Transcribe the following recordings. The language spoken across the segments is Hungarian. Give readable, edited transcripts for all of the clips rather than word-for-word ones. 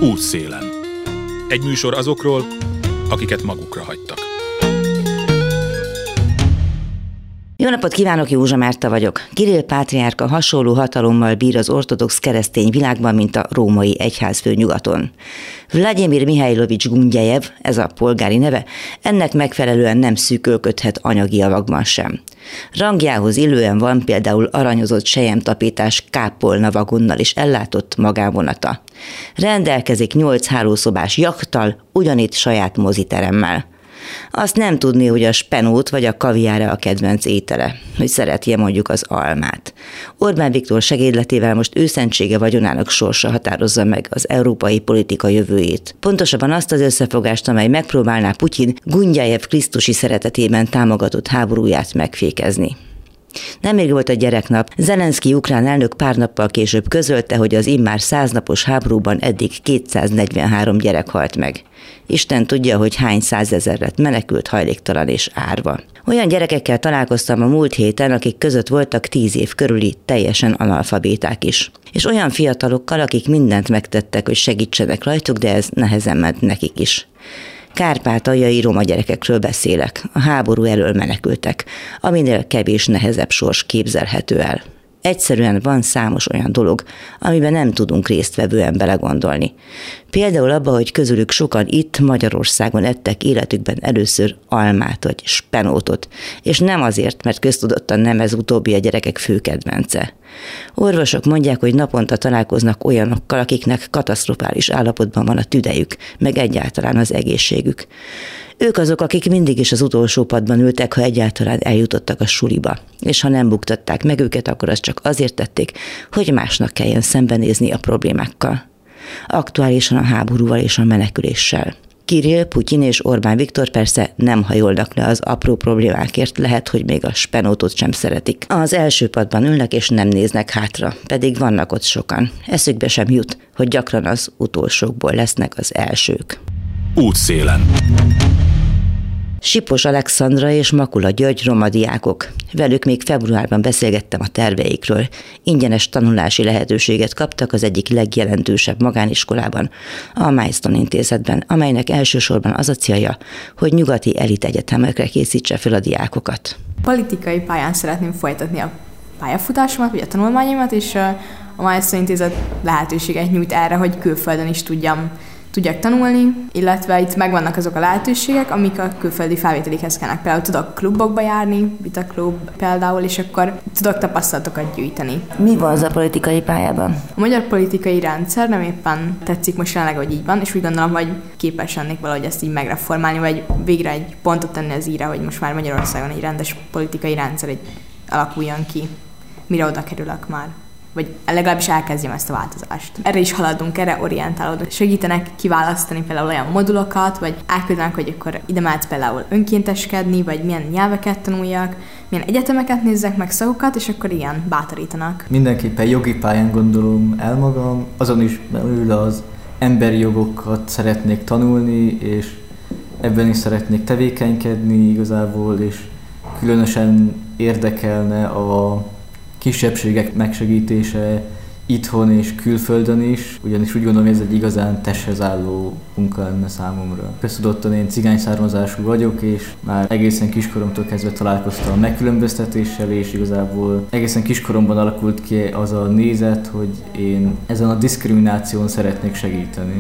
Útszélen. Egy műsor azokról, akiket magukra hagytak. Jó napot kívánok, Józsa Márta vagyok. Kirill pátriárka hasonló hatalommal bír az ortodox keresztény világban, mint a római egyházfő nyugaton. Vladimir Mihajlovics Gundjajev, ez a polgári neve, ennek megfelelően nem szűkölködhet anyagi javakban sem. Rangjához illően van például aranyozott selyemtapítás kápolna vagonnal is ellátott magánvonata. Rendelkezik 8 hálószobás jachttal, ugyanitt saját moziteremmel. Azt nem tudni, hogy a spenót vagy a kaviára a kedvenc étele, hogy szeretje mondjuk az almát. Orbán Viktor segédletével most őszentsége vagyonának sorsa határozza meg az európai politika jövőjét. Pontosabban azt az összefogást, amely megpróbálná Putyin Gundjajev krisztusi szeretetében támogatott háborúját megfékezni. Nemrég volt a gyereknap. Zelenszky ukrán elnök pár nappal később közölte, hogy az immár 100 napos háborúban eddig 243 gyerek halt meg. Isten tudja, hogy hány 100 000 lett menekült, hajléktalan és árva. Olyan gyerekekkel találkoztam a múlt héten, akik között voltak 10 év körüli teljesen analfabéták is. És olyan fiatalokkal, akik mindent megtettek, hogy segítsenek rajtuk, de ez nehezen ment nekik is. Kárpátaljai roma gyerekekről beszélek, a háború elől menekültek, aminél kevés nehezebb sors képzelhető el. Egyszerűen van számos olyan dolog, amiben nem tudunk résztvevően belegondolni. Például abba, hogy közülük sokan itt Magyarországon ettek életükben először almát vagy spenótot, és nem azért, mert köztudottan nem ez utóbbi a gyerekek fő kedvence. Orvosok mondják, hogy naponta találkoznak olyanokkal, akiknek katasztrofális állapotban van a tüdejük, meg egyáltalán az egészségük. Ők azok, akik mindig is az utolsó padban ültek, ha egyáltalán eljutottak a suliba. És ha nem buktatták meg őket, akkor azt csak azért tették, hogy másnak kelljen szembenézni a problémákkal. Aktuálisan a háborúval és a meneküléssel. Kirill, Putyin és Orbán Viktor persze nem hajolnak le az apró problémákért, lehet, hogy még a spenótot sem szeretik. Az első padban ülnek és nem néznek hátra, pedig vannak ott sokan. Eszükbe sem jut, hogy gyakran az utolsókból lesznek az elsők. Útszélen. Sipos Alexandra és Makula György roma diákok. Velük még februárban beszélgettem a terveikről. Ingyenes tanulási lehetőséget kaptak az egyik legjelentősebb magániskolában, a Milestone intézetben, amelynek elsősorban az a célja, hogy nyugati elit egyetemekre készítse fel a diákokat. Politikai pályán szeretném folytatni a pályafutásomat, vagy a tanulmányomat, és a Milestone intézet lehetőséget nyújt erre, hogy külföldön is tudjak tanulni, illetve itt megvannak azok a lehetőségek, amik a külföldi felvételikhez kellnek. Például tudok klubokba járni, Vita Klub például, és akkor tudok tapasztalatokat gyűjteni. Mi van az a politikai pályában? A magyar politikai rendszer nem éppen tetszik most jelenleg, hogy így van, és úgy gondolom, hogy képes lennék valahogy ezt így megreformálni, vagy végre egy pontot tenni az íre, hogy most már Magyarországon egy rendes politikai rendszer alakuljon ki, mire oda kerülök már. Vagy legalábbis elkezdjem ezt a változást. Erre is haladunk, erre orientálódunk. Segítenek kiválasztani például olyan modulokat, vagy elküldenek, hogy akkor ide mehetsz például önkénteskedni, vagy milyen nyelveket tanuljak, milyen egyetemeket nézzek meg szakokat, és akkor ilyen bátorítanak. Mindenképpen jogi pályán gondolom el magam, azon is belül az emberi jogokat szeretnék tanulni, és ebben is szeretnék tevékenykedni igazából, és különösen érdekelne a kisebbségek megsegítése itthon és külföldön is, ugyanis úgy gondolom, hogy ez egy igazán testhez álló munka lenne számomra. Köztudottan én cigány származású vagyok, és már egészen kiskoromtól kezdve találkoztam a megkülönböztetéssel, és igazából egészen kiskoromban alakult ki az a nézet, hogy én ezen a diszkrimináción szeretnék segíteni.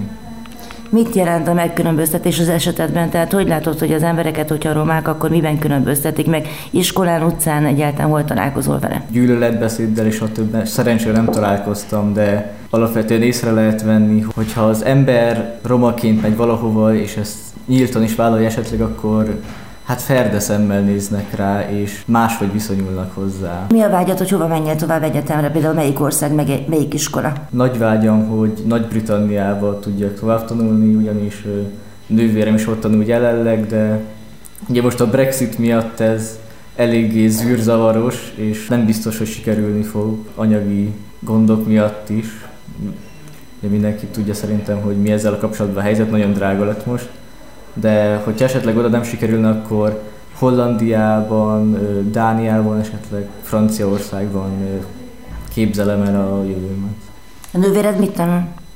Mit jelent a megkülönböztetés az esetedben? Tehát hogy látod, hogy az embereket, hogyha romák, akkor miben különböztetik meg? Iskolán, utcán egyáltalán hol találkozol vele? Gyűlöletbeszéddel és a többen szerencsére nem találkoztam, de alapvetően észre lehet venni, hogyha az ember romaként megy valahova, és ezt nyíltan is vállalja esetleg, akkor hát ferde szemmel néznek rá, és máshogy viszonyulnak hozzá. Mi a vágyad, hogy hova menjél tovább egyetemre? Például melyik ország, melyik iskola? Nagy vágyam, hogy Nagy-Britanniába tudjak tovább tanulni, ugyanis nővérem is ott tanul jelenleg, de ugye most a Brexit miatt ez eléggé zűrzavaros, és nem biztos, hogy sikerülni fog anyagi gondok miatt is. Ugye mindenki tudja szerintem, hogy mi ezzel a kapcsolatban a helyzet, nagyon drága lett most. De hogyha esetleg oda nem sikerülne, akkor Hollandiában, Dániában, esetleg Franciaországban képzelem el a jövőmet. A nővéred mit tanul?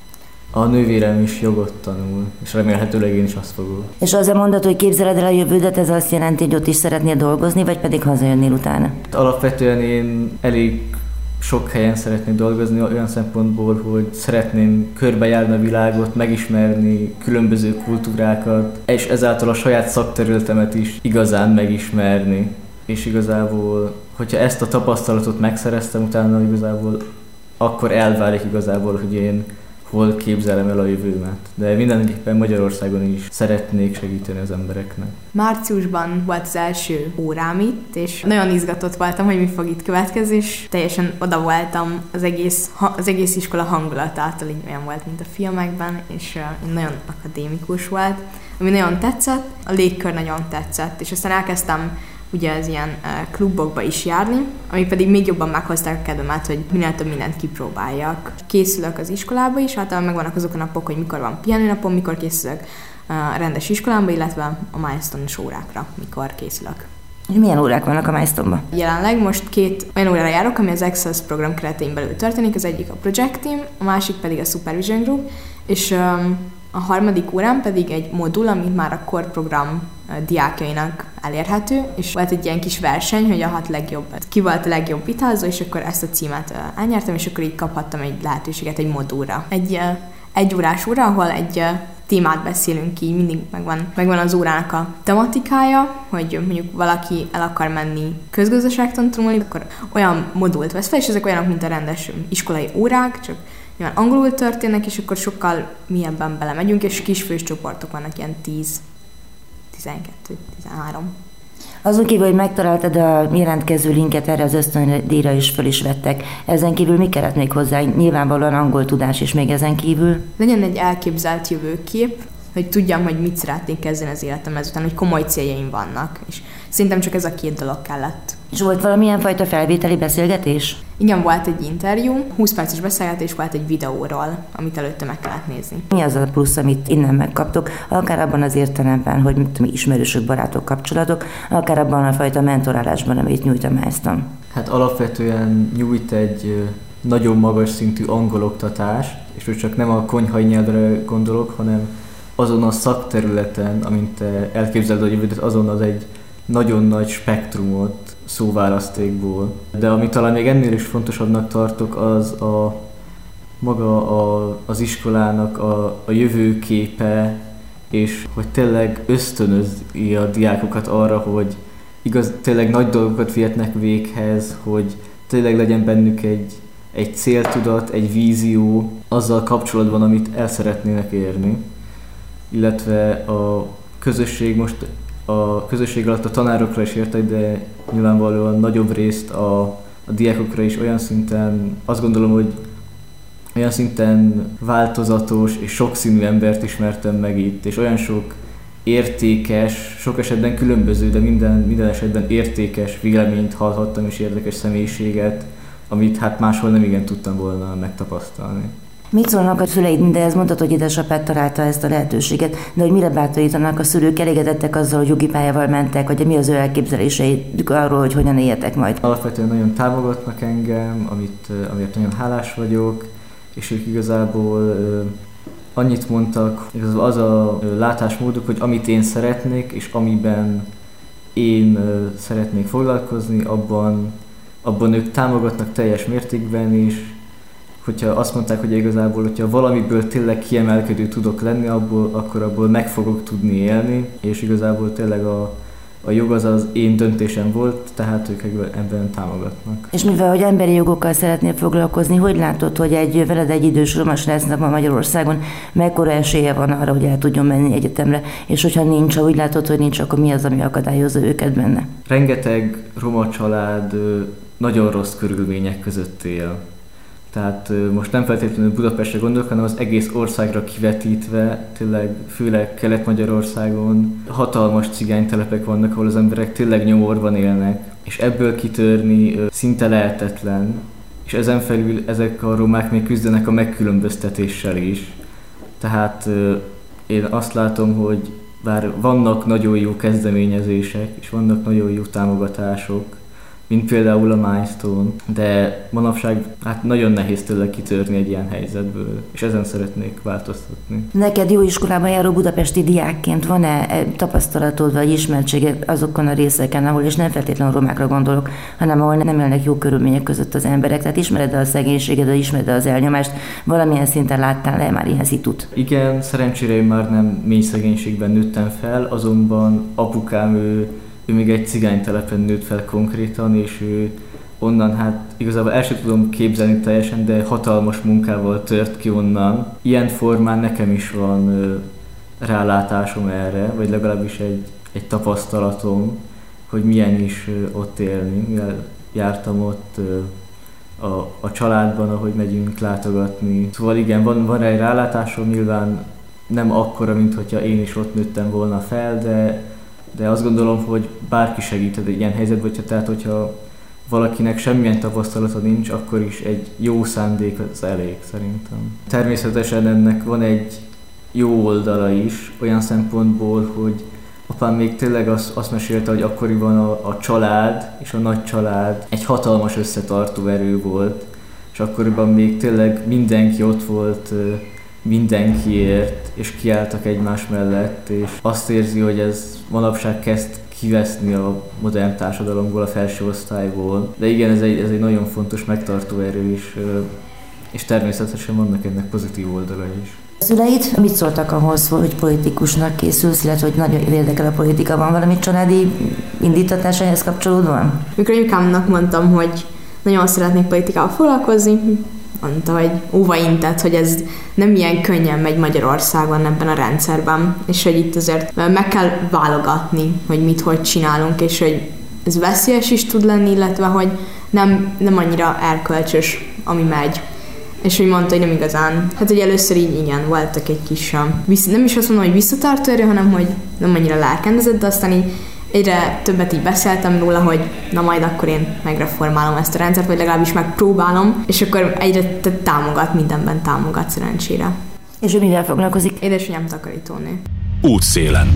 A nővérem is jogot tanul, és remélhetőleg én is azt fogok. És az a mondat, hogy képzeled el a jövődet, ez azt jelenti, hogy ott is szeretnél dolgozni, vagy pedig hazajönnél utána? Alapvetően én elég sok helyen szeretnék dolgozni, olyan szempontból, hogy szeretném körbejárni a világot, megismerni különböző kultúrákat, és ezáltal a saját szakterületemet is igazán megismerni. És igazából, hogyha ezt a tapasztalatot megszereztem, utána igazából akkor elválik igazából, hogy én hol képzelem el a jövőmet. De mindenképpen Magyarországon is szeretnék segíteni az embereknek. Márciusban volt az első órám itt, és nagyon izgatott voltam, hogy mi fog itt következni, és teljesen oda voltam az egész iskola hangulatától, így olyan volt, mint a filmekben, és nagyon akadémikus volt, ami nagyon tetszett, a légkör nagyon tetszett, és aztán elkezdtem ugye az ilyen klubokba is járni, ami pedig még jobban meghozták a kedvemet, hogy minél több mindent kipróbáljak. Készülök az iskolába is, általában megvannak azok a napok, hogy mikor van pihenőnapom, mikor készülök a rendes iskolámba, illetve a milestone-os órákra, mikor készülök. És milyen órák vannak a milestone-ban? Jelenleg most 2 olyan órára járok, ami az Access program keretein belül történik, az egyik a Project Team, a másik pedig a Supervision Group, és a harmadik órán pedig egy modul, amit már a core program diákjainak elérhető, és volt egy ilyen kis verseny, hogy a 6 legjobb, ki volt a legjobb vitázó, és akkor ezt a címet elnyertem, és akkor így kaphattam egy lehetőséget egy modulra. Egy órás óra, ahol egy témát beszélünk ki, mindig megvan az órának a tematikája, hogy mondjuk valaki el akar menni közgazdaságtan tanulni, akkor olyan modult vesz fel, és ezek olyanok, mint a rendes iskolai órák, csak nyilván angolul történnek, és akkor sokkal mélyebben belemegyünk, és kisfős csoportok vannak, ilyen 10, 12, 13. Azon kívül, hogy megtaláltad a jelentkező linket, erre az ösztöndíjra is föl is vettek. Ezen kívül mi kellett még hozzá? Nyilvánvalóan angol tudás is még ezen kívül. Legyen egy elképzelt jövőkép, hogy tudjam, hogy mit szeretnék kezdeni az életem ezután, hogy komoly céljaim vannak. És szerintem csak ez a 2 dolog kellett. És volt valamilyen fajta felvételi beszélgetés? Igen, volt egy interjú, 20 perces beszélgetés volt egy videóról, amit előtte meg kellett nézni. Mi az a plusz, amit innen megkaptok, akár abban az értelemben, hogy mi ismerősök, barátok, kapcsolatok, akár abban a fajta mentorálásban, amit nyújt a milestone? Hát alapvetően nyújt egy nagyon magas szintű angoloktatás, és most csak nem a konyhai nyelvre gondolok, hanem azon a szakterületen, amint te elképzeled a jövődet, azon az egy nagyon nagy spektrumot szóválasztékból. De ami talán még ennél is fontosabbnak tartok, az az iskolának a jövőképe, és hogy tényleg ösztönözi a diákokat arra, hogy tényleg nagy dolgokat vihetnek véghez, hogy tényleg legyen bennük egy céltudat, egy vízió azzal kapcsolatban, amit el szeretnének érni. Illetve a közösség alatt a tanárokra is értek, de nyilvánvalóan nagyobb részt a diákokra is olyan szinten, azt gondolom, hogy olyan szinten változatos és sokszínű embert ismertem meg itt, és olyan sok értékes, sok esetben különböző, de minden esetben értékes véleményt hallhattam és érdekes személyiséget, amit hát máshol nem igen tudtam volna megtapasztalni. Mit szólnak a szüleid mindehez? Mondtad, hogy édesapád találta ezt a lehetőséget, de hogy mire bátorítanak a szülők? Elégedettek azzal, hogy jogi pályával mentek, vagy mi az ő elképzeléseid arról, hogy hogyan éljetek majd? Alapvetően nagyon támogatnak engem, amiért nagyon hálás vagyok, és ők igazából annyit mondtak, az a látásmóduk, hogy amit én szeretnék, és amiben én szeretnék foglalkozni, abban ők támogatnak teljes mértékben is. Hogyha azt mondták, hogy igazából, hogyha valamiből tényleg kiemelkedő tudok lenni, akkor abból meg fogok tudni élni, és igazából tényleg a jog az én döntésem volt, tehát ők ebben támogatnak. És mivel, hogy emberi jogokkal szeretnél foglalkozni, hogy látod, hogy veled egy idős romas lesz ma Magyarországon, mekkora esélye van arra, hogy el tudjon menni egyetemre, és hogyha nincs, ha úgy látod, hogy nincs, akkor mi az, ami akadályozza őket benne? Rengeteg roma család nagyon rossz körülmények között él. Tehát most nem feltétlenül Budapestre gondolok, hanem az egész országra kivetítve, tényleg főleg Kelet-Magyarországon hatalmas cigánytelepek vannak, ahol az emberek tényleg nyomorban élnek, és ebből kitörni szinte lehetetlen, és ezen felül ezek a romák még küzdenek a megkülönböztetéssel is. Tehát én azt látom, hogy bár vannak nagyon jó kezdeményezések, és vannak nagyon jó támogatások, mint például a Milestone, de manapság hát nagyon nehéz tőle kitörni egy ilyen helyzetből, és ezen szeretnék változtatni. Neked jó iskolában járó budapesti diákként van-e tapasztalatod vagy ismertséged azokon a részeken, ahol, és nem feltétlenül romákra gondolok, hanem ahol nem élnek jó körülmények között az emberek, tehát ismered a szegénységet, vagy ismered az elnyomást, valamilyen szinten láttál-e már ilyen szitut? Igen, szerencsére én már nem mély szegénységben nőttem fel, azonban apukám ő még egy cigánytelepen nőtt fel konkrétan, és ő onnan hát igazából el sem tudom képzelni teljesen, de hatalmas munkával tört ki onnan. Ilyen formán nekem is van rálátásom erre, vagy legalábbis egy tapasztalatom, hogy milyen is ott élni, mivel jártam ott a családban, ahogy megyünk látogatni. Szóval igen, van egy rálátásom, nyilván nem akkora, mint hogyha én is ott nőttem volna fel, de azt gondolom, hogy bárki segíthet egy ilyen helyzetben, tehát hogyha valakinek semmilyen tapasztalata nincs, akkor is egy jó szándék az elég szerintem. Természetesen ennek van egy jó oldala is, olyan szempontból, hogy apám még tényleg azt mesélte, hogy akkoriban a család és a nagy család egy hatalmas összetartó erő volt, és akkoriban még tényleg mindenki ott volt mindenkiért, és kiálltak egymás mellett, és azt érzi, hogy ez manapság kezd kiveszni a modern társadalomból, a felső osztályból. De igen, ez egy nagyon fontos megtartó erő is, és természetesen vannak ennek pozitív oldala is. A szüleid mit szóltak ahhoz, hogy politikusnak készülsz, illetve hogy nagyon érdekel a politika? Van valami családi indítatás ehhez kapcsolódóan? Mikor anyukámnak mondtam, hogy nagyon szeretnék politikával foglalkozni, mondta, hogy óvaintett, hogy ez nem ilyen könnyen megy Magyarországon ebben a rendszerben, és hogy itt azért meg kell válogatni, hogy mit, hogy csinálunk, és hogy ez veszélyes is tud lenni, illetve hogy nem annyira erkölcsös, ami megy. És hogy mondta, hogy nem igazán. Hát, hogy először így igen, voltak egy kis, nem is azt mondom, hogy visszatartó erő, hanem hogy nem annyira lelkendezett, de aztán így egyre többet így beszéltem róla, hogy na majd akkor én megreformálom ezt a rendszert, vagy legalábbis megpróbálom, és akkor egyre mindenben támogat szerencsére. És ő mivel foglalkozik? Édesanyám takarítónő. Útszélen.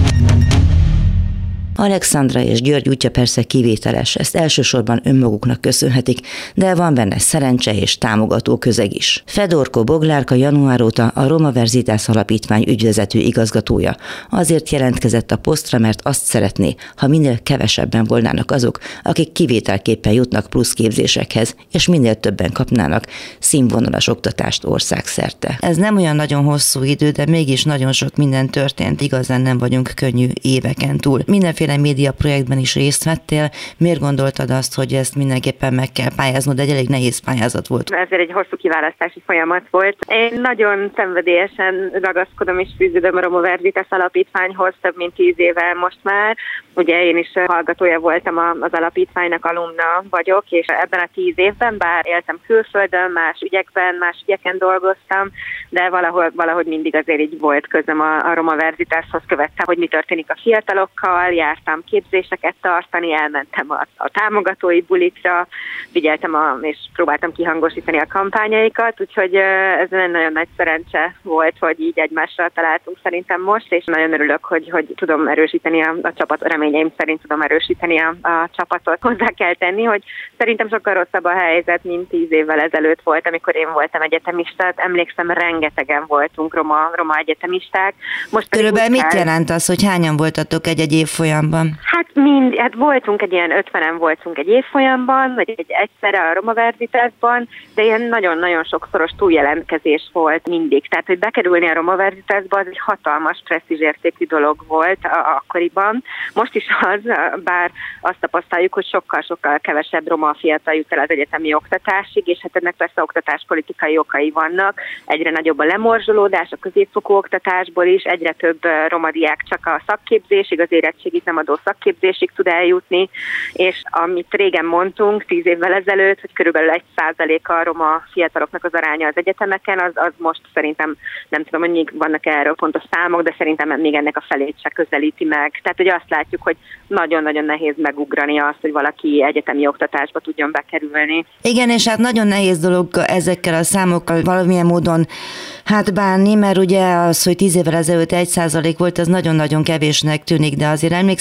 Alexandra és György útja persze kivételes, ezt elsősorban önmaguknak köszönhetik, de van benne szerencse és támogató közeg is. Fedorko Boglárka január óta a Roma Verzitas Alapítvány ügyvezető igazgatója. Azért jelentkezett a posztra, mert azt szeretné, ha minél kevesebben volnának azok, akik kivételképpen jutnak plusz képzésekhez, és minél többen kapnának színvonalas oktatást országszerte. Ez nem olyan nagyon hosszú idő, de mégis nagyon sok minden történt, igazán nem vagyunk könnyű éveken túl. Mindenféle médiaprojektben is részt vettél. Miért gondoltad azt, hogy ezt mindenképpen meg kell pályáznod? Egy elég nehéz pályázat volt. Ezért egy hosszú kiválasztási folyamat volt. Én nagyon szenvedélyesen ragaszkodom és fűződöm a Roma Verzitas Alapítványhoz több mint 10 éve most már. Ugye én is hallgatója voltam az alapítványnak, alumna vagyok, és ebben a 10 évben, bár éltem külföldön, más ügyeken dolgoztam, de valahogy mindig azért így volt közöm a Roma Verzitashoz, követtem, hogy mi történik a fiatalokkal, jártam képzéseket tartani, elmentem a támogatói bulikra, figyeltem és próbáltam kihangosítani a kampányaikat, úgyhogy ez nagyon nagy szerencse volt, hogy így egymásra találtunk szerintem most, és nagyon örülök, hogy tudom erősíteni a csapatot, reményeim szerint tudom erősíteni a csapatot. Hozzá kell tenni, hogy szerintem sokkal rosszabb a helyzet, mint 10 évvel ezelőtt volt, amikor én voltam egyetemista. Emlékszem, rengetegen voltunk roma egyetemisták. Körülbelül mit jelent az, hogy hányan voltatok egy évfolyamban? Hát voltunk egy ilyen 50-en voltunk egy évfolyamban, vagy egyszerre a Roma Verzitasban, de ilyen nagyon-nagyon sokszoros túljelentkezés volt mindig. Tehát, hogy bekerülni a Roma Verzitasba, az egy hatalmas presztízsértékű dolog volt akkoriban. Most is az, bár azt tapasztaljuk, hogy sokkal-sokkal kevesebb roma fiatal jut el az egyetemi oktatásig, és hát ennek persze oktatáspolitikai okai vannak. Egyre nagyobb a lemorzsolódás a középfokú oktatásból is, egyre több roma diák csak a szakképzésig, az érettségit nem adó szakképzésig tud eljutni, és amit régen mondtunk 10 évvel ezelőtt, hogy körülbelül 1% a roma fiataloknak az aránya az egyetemeken, az most szerintem, nem tudom, hogy vannak erről pontos számok, de szerintem még ennek a felét se közelíti meg. Tehát, hogy azt látjuk, hogy nagyon-nagyon nehéz megugrani azt, hogy valaki egyetemi oktatásba tudjon bekerülni. Igen, és hát nagyon nehéz dolog ezekkel a számokkal valamilyen módon bánni, mert ugye az, hogy 10 évvel ezelőtt 1% volt, az nagyon-nagyon kevésnek tűnik, de azért emlékszem,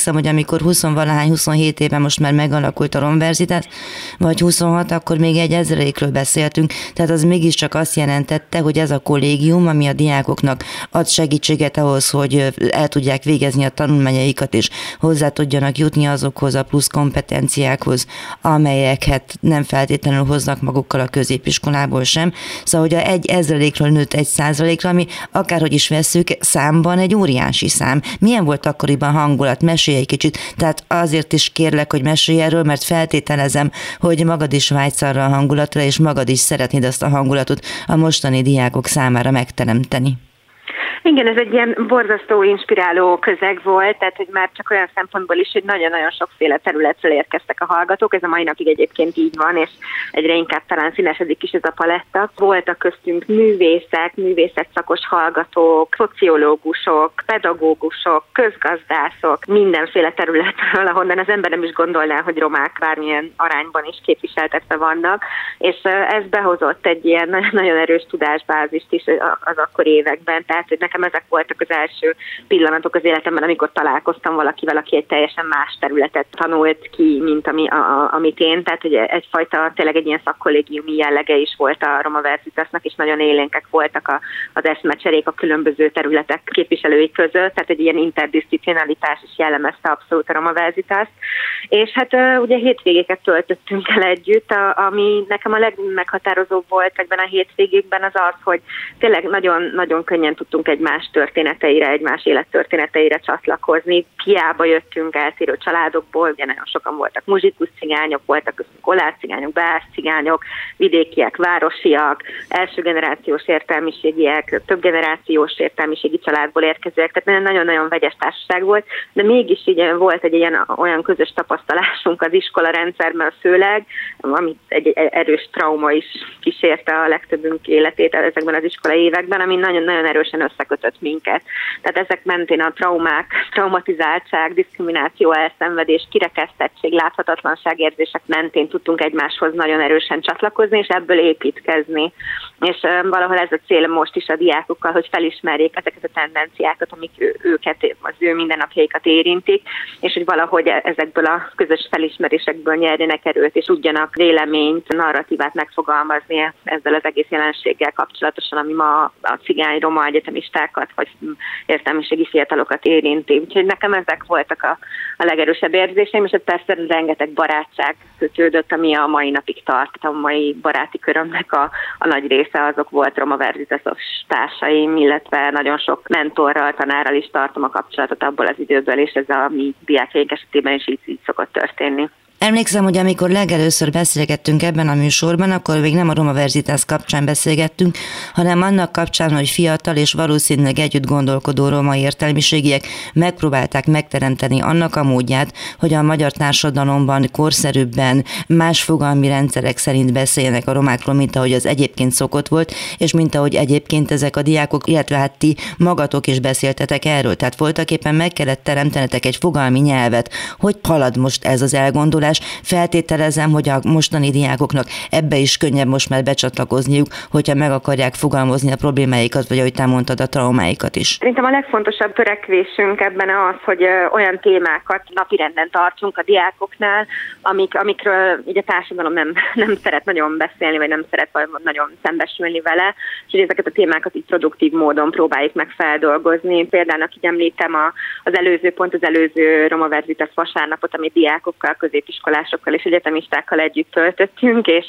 emlékszem, hogy amikor 27 éve most már megalakult a Romverzitás, vagy 26, akkor még 1%-ről beszéltünk, tehát az mégiscsak azt jelentette, hogy ez a kollégium, ami a diákoknak ad segítséget ahhoz, hogy el tudják végezni a tanulmányaikat, és hozzá tudjanak jutni azokhoz a plusz kompetenciákhoz, amelyeket nem feltétlenül hoznak magukkal a középiskolából sem. Szóval, hogy a 1%-ról nőtt 1%-ra, ami akárhogy is vesszük, számban egy óriási szám. Milyen volt akkoriban hangulat? Mesélj egy kicsit. Tehát azért is kérlek, hogy mesélj erről, mert feltételezem, hogy magad is vágysz arra a hangulatra, és magad is szeretnéd azt a hangulatot a mostani diákok számára megteremteni. Igen, ez egy ilyen borzasztó, inspiráló közeg volt, tehát hogy már csak olyan szempontból is, hogy nagyon-nagyon sokféle területről érkeztek a hallgatók, ez a mai napig egyébként így van, és egyre inkább talán színesedik is ez a paletta. Voltak köztünk művészek, művészetszakos hallgatók, szociológusok, pedagógusok, közgazdászok, mindenféle területről, ahonnan az ember nem is gondolná, hogy romák bármilyen arányban is képviseltetve vannak, és ez behozott egy ilyen nagyon erős tudásbázist is az akkori években, tehát hogy nekem ezek voltak az első pillanatok az életemben, amikor találkoztam valakivel, aki egy teljesen más területet tanult ki, mint amit én. Tehát, hogy egyfajta, tényleg egy ilyen szakkollégiumi jellege is volt a Romaverzitasnak, és nagyon élénkek voltak az eszmecserék a különböző területek képviselői között, tehát egy ilyen interdisziplinaritás is jellemezte abszolút a Romaverzitast. És hát ugye hétvégéket töltöttünk el együtt, ami nekem a legmeghatározóbb volt ebben a hétvégékben az az, hogy tényleg nagyon könnyen tudtunk egymás történeteire, egymás élettörténeteire csatlakozni. Hiába jöttünk eltérő családokból, ugye nagyon sokan voltak muzsikus cigányok, voltak köztünk kolász cigányok, beász cigányok, vidékiek, városiak, első generációs értelmiségiek, több generációs értelmiségi családból érkezőek, tehát nagyon-nagyon vegyes társaság volt, de mégis így volt egy olyan közös tapasztalásunk az iskola rendszerben főleg, amit egy erős trauma is kísérte a legtöbbünk életét ezekben az iskolai években, ami nagyon-nagyon erősen összekötött minket. Tehát ezek mentén a traumák, traumatizáltság, diszkrimináció, elszenvedés, kirekesztettség, láthatatlanság érzések mentén tudtunk egymáshoz nagyon erősen csatlakozni, és ebből építkezni. És valahol ez a cél most is a diákokkal, hogy felismerjék ezeket a tendenciákat, amik őket, az ő mindennapjaikat érintik, és hogy valahogy ezekből a közös felismerésekből nyerjenek erőt, és tudjanak véleményt, narratívát megfogalmazni ezzel az egész jelenséggel kapcsolatosan, ami ma a cigány-roma egyetemistákat, vagy értelmiségi fiatalokat érinti. Úgyhogy nekem ezek voltak a legerősebb érzéseim, és persze rengeteg barátság kötődött, ami a mai napig tart. A mai baráti körömnek a nagy része azok volt Romaverzitasos társaim, illetve nagyon sok mentorral, tanárral is tartom a kapcsolatot abból az időből, és ez a mi diákjaink esetében is így szokott történni. Emlékszem, hogy amikor legelőször beszélgettünk ebben a műsorban, akkor még nem a Romaverzitás kapcsán beszélgettünk, hanem annak kapcsán, hogy fiatal és valószínűleg együtt gondolkodó roma értelmiségiek megpróbálták megteremteni annak a módját, hogy a magyar társadalomban korszerűbben más fogalmi rendszerek szerint beszéljenek a romákról, mint ahogy az egyébként szokott volt, és mint ahogy egyébként ezek a diákok, illetve hát ti magatok is beszéltetek erről. Tehát voltaképpen meg kellett teremtenetek egy fogalmi nyelvet. Hogy halad most ez az elgondolás? Feltételezem, hogy a mostani diákoknak ebbe is könnyebb most már becsatlakozniuk, hogyha meg akarják fogalmazni a problémáikat, vagy ahogy te mondtad, a traumáikat is. Szerintem a legfontosabb törekvésünk ebben az, hogy olyan témákat napirenden tartsunk a diákoknál, amikről ugye a társadalom nem szeret nagyon beszélni, vagy nem szeret nagyon szembesülni vele, és hogy ezeket a témákat így produktív módon próbáljuk meg feldolgozni. Például így említem az előző Romaverzitas vasárnapot, amit diákokkal, középiskolásokkal és egyetemistákkal együtt töltöttünk, és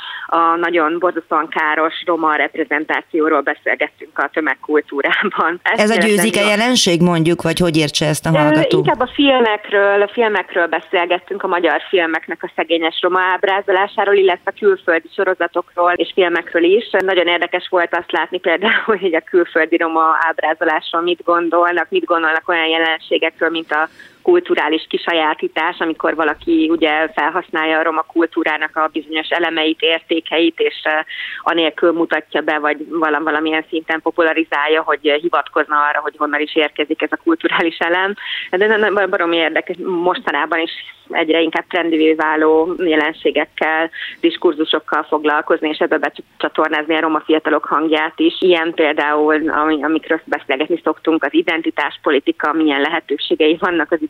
a nagyon borzasztóan káros roma reprezentációról beszélgettünk a tömegkultúrában. Ez a győzike jelenség mondjuk, vagy hogy értse ezt a hallgató? Inkább a filmekről beszélgettünk, a magyar filmeknek a szegényes roma ábrázolásáról, illetve a külföldi sorozatokról és filmekről is. Nagyon érdekes volt azt látni például, hogy a külföldi roma ábrázolásról mit gondolnak olyan jelenségekről, mint a kulturális kisajátítás, amikor valaki ugye felhasználja a roma kultúrának a bizonyos elemeit, értékeit, és anélkül mutatja be, vagy valamilyen szinten popularizálja, hogy hivatkozna arra, hogy honnan is érkezik ez a kulturális elem. De baromi érdekes, mostanában is egyre inkább trendivé váló jelenségekkel, diskurzusokkal foglalkozni, és ebbe becsatornázni a roma fiatalok hangját is. Ilyen például, amikről beszélgetni szoktunk, az identitáspolitika, milyen lehetőségei vannak az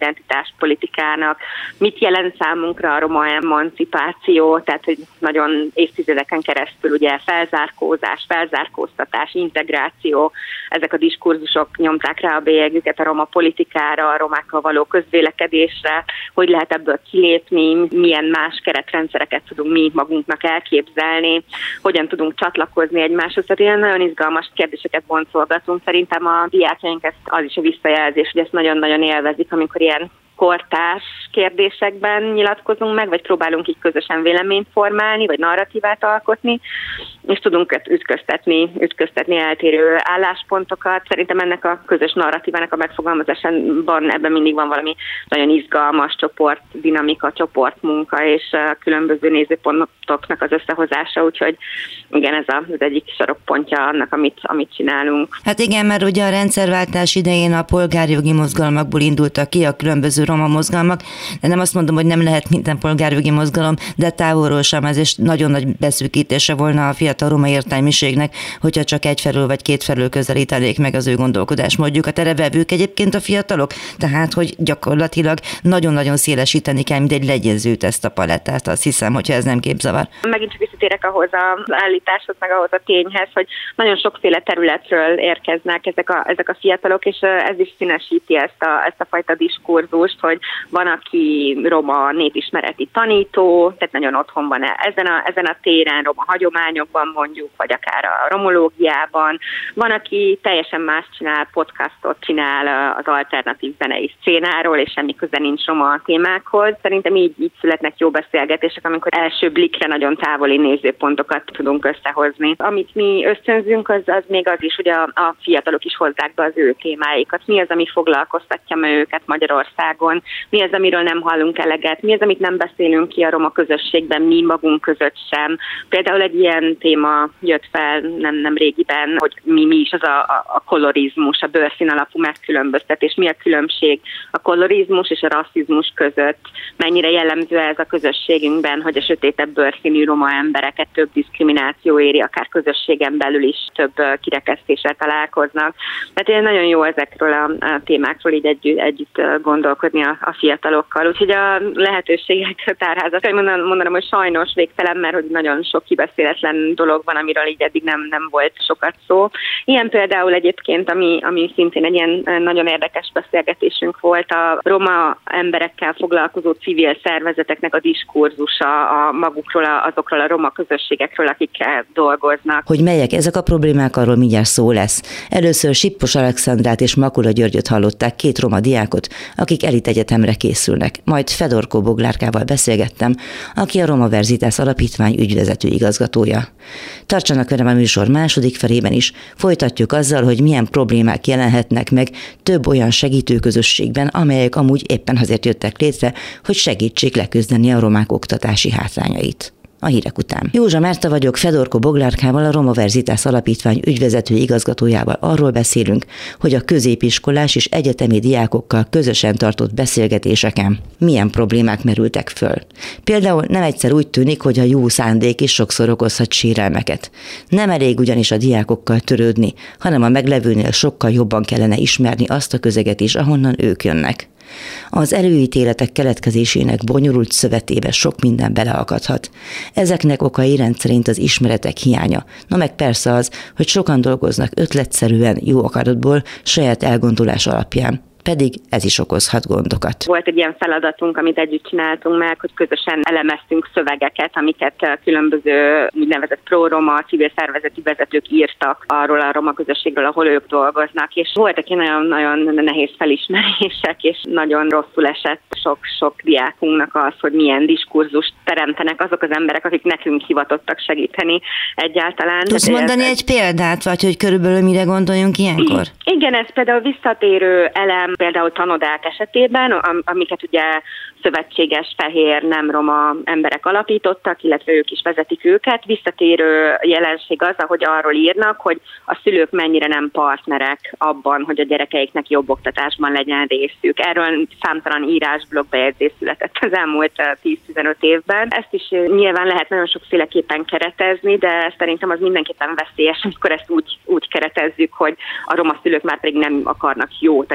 identitáspolitikának, mit jelent számunkra a roma emancipáció, tehát hogy nagyon évtizedeken keresztül ugye felzárkózás, felzárkóztatás, integráció, ezek a diskurzusok nyomták rá a bélyegüket a roma politikára, a romákkal való közvélekedésre, hogy lehet ebből kilépni, milyen más keretrendszereket tudunk mi magunknak elképzelni, hogyan tudunk csatlakozni egymáshoz. Tehát ilyen nagyon izgalmas kérdéseket boncolgatunk. Szerintem a diákjaink az is a visszajelzés, hogy ezt nagyon-nagyon élvezik, amikor ilyen kortárs kérdésekben nyilatkozunk meg, vagy próbálunk így közösen véleményt formálni, vagy narratívát alkotni, és tudunk ütköztetni eltérő álláspontokat. Szerintem ennek a közös narratívának a megfogalmazásában ebben mindig van valami nagyon izgalmas csoportdinamika, csoportmunka, és különböző nézőpontoknak az összehozása, úgyhogy igen, ez az egyik sarokpontja annak, amit csinálunk. Hát igen, mert ugye a rendszerváltás idején a polgárjogi mozgalmakból indultak ki a különböző roma mozgalmak, de nem azt mondom, hogy nem lehet minden polgárjogi mozgalom, de távolról sem, ez is nagyon nagy beszűkítése volna a fiatal roma értelmiségnek, hogyha csak egyfelől vagy kétfelől közelítenék meg az ő gondolkodásmódjukat. Erre vevők egyébként a fiatalok, tehát hogy gyakorlatilag nagyon-nagyon szélesíteni kell, mint egy legyezőt ezt a palettát, azt hiszem, hogyha ez nem képzavar. Megint csak visszatérek ahhoz az állításhoz, meg ahhoz a tényhez, hogy nagyon sokféle területről érkeznek ezek a fiatalok, és ez is színesíti ezt a fajta diskurzust, hogy van, aki roma népismereti tanító, tehát nagyon otthon van ezen a téren, roma hagyományokban mondjuk, vagy akár a romológiában. Van, aki teljesen más csinál, podcastot csinál az alternatív zenei szcénáról, és semmi köze nincs roma témákhoz. Szerintem így születnek jó beszélgetések, amikor első blikre nagyon távoli nézőpontokat tudunk összehozni. Amit mi ösztönzünk, az még az is, hogy a fiatalok is hozzák be az ő témáikat. Mi az, ami foglalkoztatja őket Magyarországon? Mi az, amiről nem hallunk eleget? Mi az, amit nem beszélünk ki a roma közösségben, mi magunk között sem? Például egy ilyen téma jött fel nem régiben, hogy mi is az a kolorizmus, a bőrszín alapú megkülönböztetés, mi a különbség a kolorizmus és a rasszizmus között, mennyire jellemző ez a közösségünkben, hogy a sötétebb bőrszínű roma embereket több diszkrimináció éri, akár közösségen belül is több kirekesztéssel találkoznak. Tehát nagyon jó ezekről a témákról így együtt gondolkodni a fiatalokkal. Úgyhogy a lehetőségek tárházat, mondanom, hogy sajnos végtelen, mert hogy nagyon sok kibeszéletlen dolog van, amiről így eddig nem volt sokat szó. Ilyen például egyébként, ami szintén egy ilyen nagyon érdekes beszélgetésünk volt, a roma emberekkel foglalkozó civil szervezeteknek a diskurzusa magukról, azokról a roma közösségekről, akikkel dolgoznak. Hogy melyek ezek a problémák, arról mindjárt szó lesz. Először Sippos Alexandrát és Makula Györgyöt hallották, két roma diákot, akik elitegyetemre készülnek. Majd Fedorko Boglárkával beszélgettem, aki a Roma Verzitas Alapítvány ügyvezető igazgatója. Tartsanak velem a műsor második felében is, folytatjuk azzal, hogy milyen problémák jelenhetnek meg több olyan segítőközösségben, amelyek amúgy éppen azért jöttek létre, hogy segítsék leküzdeni a romák oktatási hátrányait. A hírek után. Józsa Márta vagyok, Fedorko Boglárkával, a Roma Verzitas Alapítvány ügyvezető igazgatójával arról beszélünk, hogy a középiskolás és egyetemi diákokkal közösen tartott beszélgetéseken milyen problémák merültek föl. Például nem egyszer úgy tűnik, hogy a jó szándék is sokszor okozhat sérelmeket. Nem elég ugyanis a diákokkal törődni, hanem a meglevőnél sokkal jobban kellene ismerni azt a közeget is, ahonnan ők jönnek. Az előítéletek keletkezésének bonyolult szövetébe sok minden beleakadhat. Ezeknek okai rendszerint az ismeretek hiánya, na meg persze az, hogy sokan dolgoznak ötletszerűen, jó akaratból, saját elgondolás alapján. Pedig ez is okozhat gondokat. Volt egy ilyen feladatunk, amit együtt csináltunk meg, hogy közösen elemeztünk szövegeket, amiket különböző úgynevezett pro-roma civil szervezeti vezetők írtak arról a roma közösségről, ahol ők dolgoznak, és voltak ilyen nagyon nehéz felismerések, és nagyon rosszul esett sok diákunknak az, hogy milyen diskurzust teremtenek azok az emberek, akik nekünk hivatottak segíteni egyáltalán. Tudsz mondani egy példát, vagy hogy körülbelül mire gondoljunk ilyenkor? Igen, ez például visszatérő elem, például tanodák esetében, amiket ugye szövetséges, fehér, nem roma emberek alapítottak, illetve ők is vezetik őket. Visszatérő jelenség az, ahogy arról írnak, hogy a szülők mennyire nem partnerek abban, hogy a gyerekeiknek jobb oktatásban legyen részük. Erről számtalan írásblogbejegyzés született az elmúlt 10-15 évben. Ezt is nyilván lehet nagyon sokféleképpen keretezni, de szerintem az mindenképpen veszélyes, amikor ezt úgy keretezzük, hogy a roma szülők már pedig nem akarnak jót a gyerekeiknek,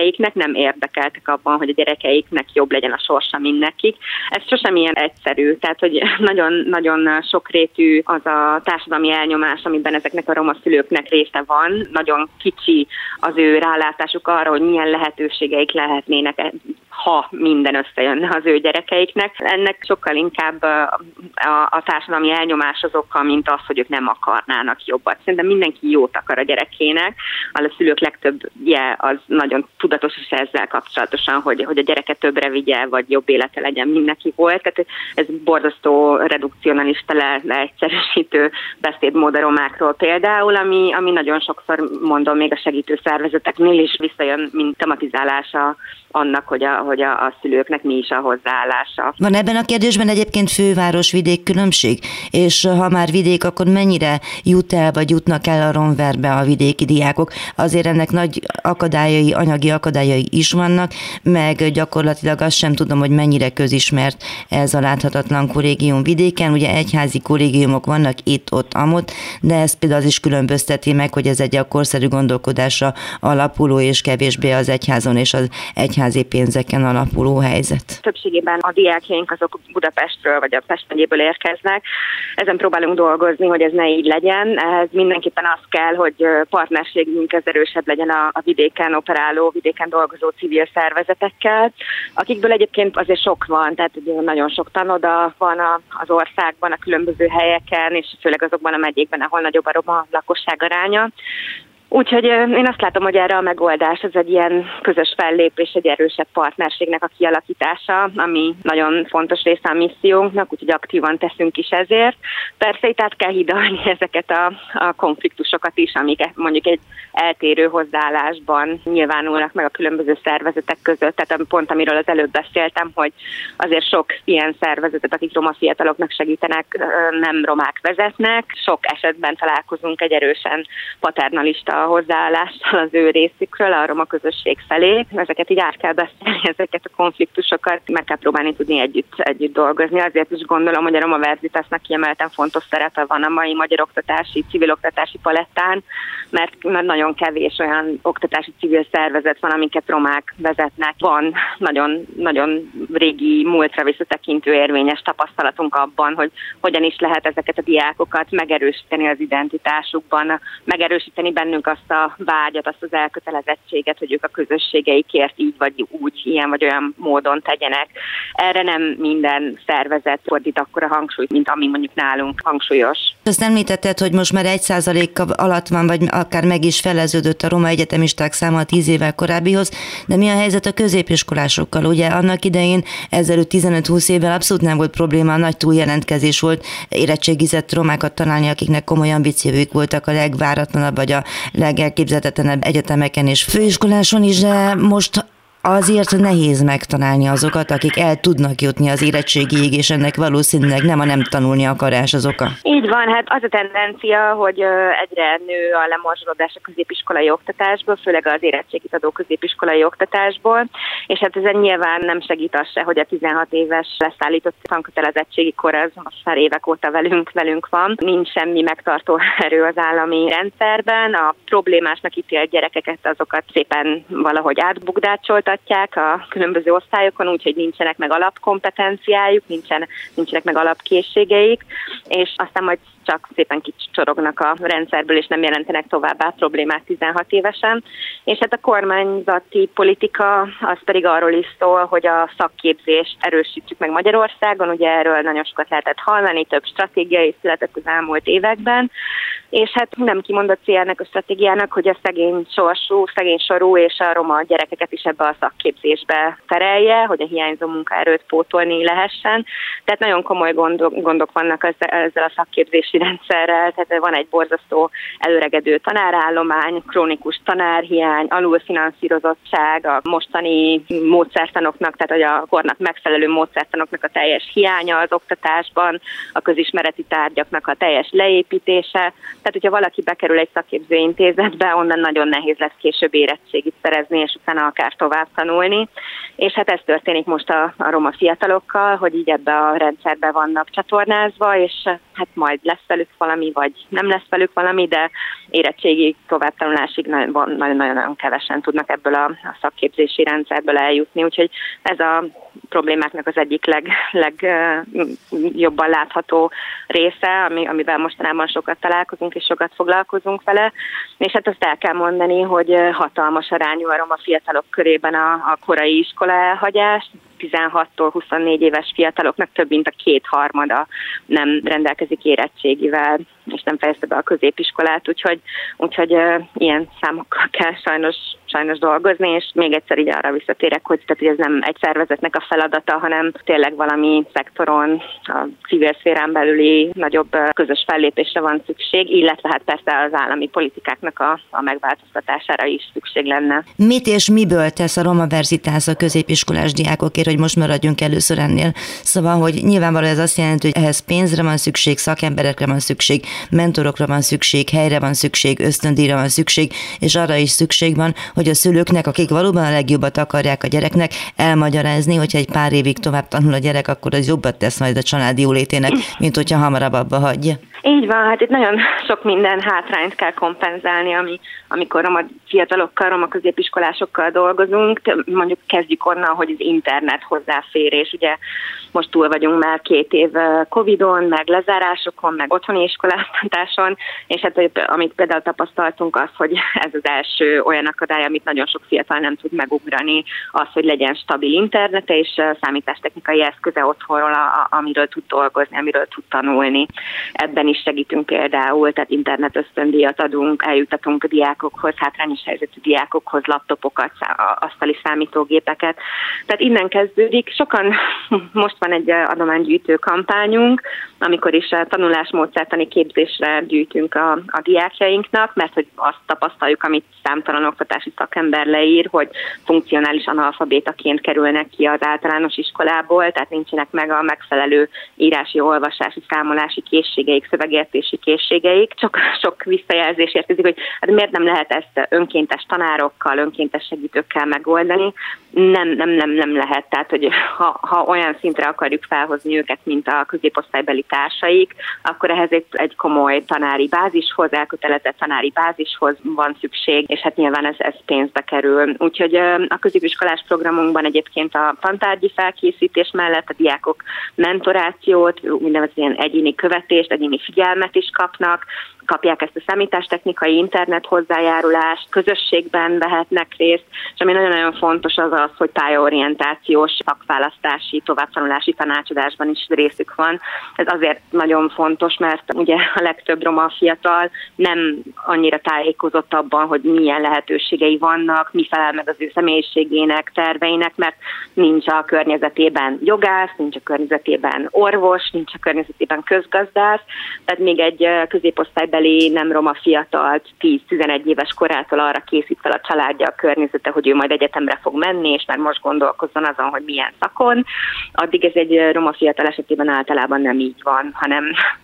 gyerekeiknek, nem érdekeltek abban, hogy a gyerekeiknek jobb legyen a sorsa, mint nekik. Ez sosem ilyen egyszerű, tehát hogy nagyon sokrétű az a társadalmi elnyomás, amiben ezeknek a roma szülőknek része van. Nagyon kicsi az ő rálátásuk arra, hogy milyen lehetőségeik lehetnének, ha minden összejönne az ő gyerekeiknek. Ennek sokkal inkább a társadalmi elnyomás az oka, mint az, hogy ők nem akarnának jobbat. Szerintem mindenki jót akar a gyerekének. A szülők legtöbbje az nagyon tudatos is ezzel kapcsolatosan, hogy a gyereke többre vigye, vagy jobb élete legyen, mint neki volt. Tehát ez borzasztó redukcionalista, leegyszerűsítő beszédmód a romákról például, ami nagyon sokszor, mondom, még a segítő szervezeteknél is visszajön, mint tematizálása annak, hogy a szülőknek mi is a hozzáállása. Van ebben a kérdésben egyébként főváros-vidék különbség? És ha már vidék, akkor mennyire jut el, vagy jutnak el a romverbe a vidéki diákok? Azért ennek nagy akadályai, anyagi akadályai is vannak, meg gyakorlatilag azt sem tudom, hogy mennyire közismert ez a láthatatlan kollégium vidéken. Ugye egyházi kollégiumok vannak itt-ott, amott, de ez például az is különbözteti meg, hogy ez egy a korszerű gondolkodásra alapuló és kevésbé az egyházon és az egyházi pénzeken alapuló helyzet. Többségében a diákjaink azok Budapestről vagy a Pest megyéből érkeznek. Ezen próbálunk dolgozni, hogy ez ne így legyen. Ehhez mindenképpen az kell, hogy partnerségünk ez erősebb legyen a vidéken operáló, vidéken dolgozó civil szervezetekkel, akikből egyébként azért sok van, tehát nagyon sok tanoda van az országban, a különböző helyeken, és főleg azokban a megyékben, ahol nagyobb a roma lakosság aránya. Úgyhogy én azt látom, hogy erre a megoldás az egy ilyen közös fellépés, egy erősebb partnerségnek a kialakítása, ami nagyon fontos része a missziónknak, úgyhogy aktívan teszünk is ezért. Persze itt át kell hidalni ezeket a konfliktusokat is, amik mondjuk egy eltérő hozzáállásban nyilvánulnak meg a különböző szervezetek között. Tehát pont amiről az előbb beszéltem, hogy azért sok ilyen szervezetet, akik roma fiataloknak segítenek, nem romák vezetnek. Sok esetben találkozunk egy erősen paternalista hozzáállással az ő részükről, a roma közösség felé. Ezeket így át kell beszélni, ezeket a konfliktusokat meg kell próbálni tudni együtt dolgozni. Azért is gondolom, hogy a Roma Verzitasnak kiemelten fontos szerepe van a mai magyar oktatási, civil oktatási palettán, mert nagyon kevés olyan oktatási civil szervezet van, amiket romák vezetnek. Van nagyon régi, múltra visszatekintő érvényes tapasztalatunk abban, hogy hogyan is lehet ezeket a diákokat megerősíteni az identitásukban, megerősíteni bennünk azt a vágyat, azt az elkötelezettséget, hogy ők a közösségeikért így vagy úgy, ilyen vagy olyan módon tegyenek. Erre nem minden szervezet fordít akkora hangsúlyt, mint ami mondjuk nálunk hangsúlyos. Azt említetted, hogy most már 1% alatt van, vagy akár meg is feleződött a roma egyetemisták száma a 10 évvel korábbihoz, de mi a helyzet a középiskolásokkal? Ugye annak idején ezelőtt 15-20 évvel abszolút nem volt probléma, nagy túljelentkezés volt érettségizett romákat találni, akiknek komoly ambícióik voltak a legváratlanabb vagy a legelképzelhetetlenebb egyetemeken és főiskoláson is, de most azért nehéz megtalálni azokat, akik el tudnak jutni az érettségig, és ennek valószínűleg nem a nem tanulni akarás az oka. Így van, hát az a tendencia, hogy egyre nő a lemorzsolódás a középiskolai oktatásból, főleg az érettségit adó középiskolai oktatásból, és hát ezen nyilván nem segít az se, hogy a 16 éves leszállított tankötelezettségi kor az most már évek óta velünk van. Nincs semmi megtartó erő az állami rendszerben, a problémásnak ítélt gyerekeket azokat szépen valahogy átbukdácsoltak a különböző osztályokon, úgyhogy nincsenek meg alapkompetenciájuk, nincsenek meg alapkészségeik, és aztán majd csak szépen kicsorognak a rendszerből, és nem jelentenek továbbá problémát 16 évesen. És hát a kormányzati politika az pedig arról is szól, hogy a szakképzést erősítsük meg Magyarországon, ugye erről nagyon sokat lehetett hallani, több stratégia is született az elmúlt években, és hát nem kimondott cél ennek a stratégiának, hogy a szegény sorú és a roma gyerekeket is ebbe a szakképzésbe terelje, hogy a hiányzó munkaerőt pótolni lehessen. Tehát nagyon komoly gondok vannak ezzel a szakképzési rendszerrel, tehát van egy borzasztó előregedő tanárállomány, krónikus tanárhiány, alulfinanszírozottság, a mostani módszertanoknak, tehát a kornak megfelelő módszertanoknak a teljes hiánya az oktatásban, a közismereti tárgyaknak a teljes leépítése. Tehát, hogyha valaki bekerül egy szakképző intézetbe, onnan nagyon nehéz lesz később érettségit szerezni, és utána akár tovább tanulni. És hát ez történik most a roma fiatalokkal, hogy így ebbe a rendszerbe vannak csatornázva, és hát majd lesz velük valami, vagy nem lesz velük valami, de érettségig, továbbtanulásig nagyon-nagyon kevesen tudnak ebből a szakképzési rendszerből eljutni, úgyhogy ez a problémáknak az egyik legjobban látható része, amivel mostanában sokat találkozunk és sokat foglalkozunk vele, és hát azt el kell mondani, hogy hatalmas arányú a roma fiatalok körében a korai iskola elhagyás. 16-tól 24 éves fiataloknak több mint a 2/3 nem rendelkezik érettségivel, és nem fejezte be a középiskolát, úgyhogy ilyen számokkal kell sajnos dolgozni, és még egyszer így arra visszatérek, hogy ez nem egy szervezetnek a feladata, hanem tényleg valami szektoron, a civil szférán belüli nagyobb közös fellépésre van szükség, illetve hát persze az állami politikáknak a megváltoztatására is szükség lenne. Mit és miből tesz a Roma Verzitas a középiskolás diákokért, hogy most maradjunk először ennél? Szóval, hogy nyilvánvalóan ez azt jelenti, hogy ehhez pénzre van szükség, szakemberekre van szükség, mentorokra van szükség, helyre van szükség, ösztöndíjra van szükség, és arra is szükség van, hogy a szülőknek, akik valóban a legjobbat akarják a gyereknek, elmagyarázni, hogyha egy pár évig tovább tanul a gyerek, akkor az jobbat tesz majd a család jólétének, mint hogyha hamarabb abba hagyja. Így van, hát itt nagyon sok minden hátrányt kell kompenzálni, amikor roma fiatalokkal, roma középiskolásokkal dolgozunk. Mondjuk kezdjük onnan, hogy az internet hozzáférés. Ugye most túl vagyunk már 2 év Covid-on, meg lezárásokon, meg otthoni iskoláztatáson, és hát amit például tapasztaltunk az, hogy ez az első olyan akadály, amit nagyon sok fiatal nem tud megugrani, az, hogy legyen stabil internete és számítástechnikai eszköze otthonról, amiről tud dolgozni, amiről tud tanulni. Ebben is segítünk például, tehát internet ösztöndíjat adunk, eljutatunk a diákokhoz, hátrányos helyzetű diákokhoz laptopokat, asztali számítógépeket. Tehát innen kezdődik. Most van egy adománygyűjtő kampányunk, amikor is a tanulásmódszertani képzésre gyűjtünk a diákjainknak, mert hogy azt tapasztaljuk, amit számtalan oktatási szakember leír, hogy funkcionális analfabétaként kerülnek ki az általános iskolából, tehát nincsenek meg a megfelelő írási, olvasási, számolási készségeik, szövegértési készségeik. Sok visszajelzés érkezik, hogy hát miért nem lehet ezt önkéntes tanárokkal, önkéntes segítőkkel megoldani. Nem lehet. Tehát, hogy ha olyan szintre akarjuk felhozni őket, mint a középosztálybeli társaik, akkor ehhez egy komoly tanári bázishoz, elkötelezett tanári bázishoz van szükség, és hát nyilván ez pénzbe kerül. Úgyhogy a középiskolás programunkban egyébként a tantárgyi felkészítés mellett a diákok mentorációt, úgynevezett ilyen egyéni követést, egyéni figyelmet is kapják ezt a számítástechnikai internet hozzájárulást, közösségben vehetnek részt, és ami nagyon-nagyon fontos az, hogy pályaorientációs, szakválasztási, továbbtanulási tanácsadásban is részük van. Ez azért nagyon fontos, mert ugye a legtöbb roma fiatal nem annyira tájékozott abban, hogy milyen lehetőségei vannak, mi felel meg az ő személyiségének, terveinek, mert nincs a környezetében jogász, nincs a környezetében orvos, nincs a környezetében közgazdász, tehát még egy középosztálybeli nem roma fiatalt 10-11 éves korától arra készít fel a családja, a környezete, hogy ő majd egyetemre fog menni, és már most gondolkozzon azon, hogy milyen szakon. Addig ez egy roma fiatal esetében általában nem így van, hanem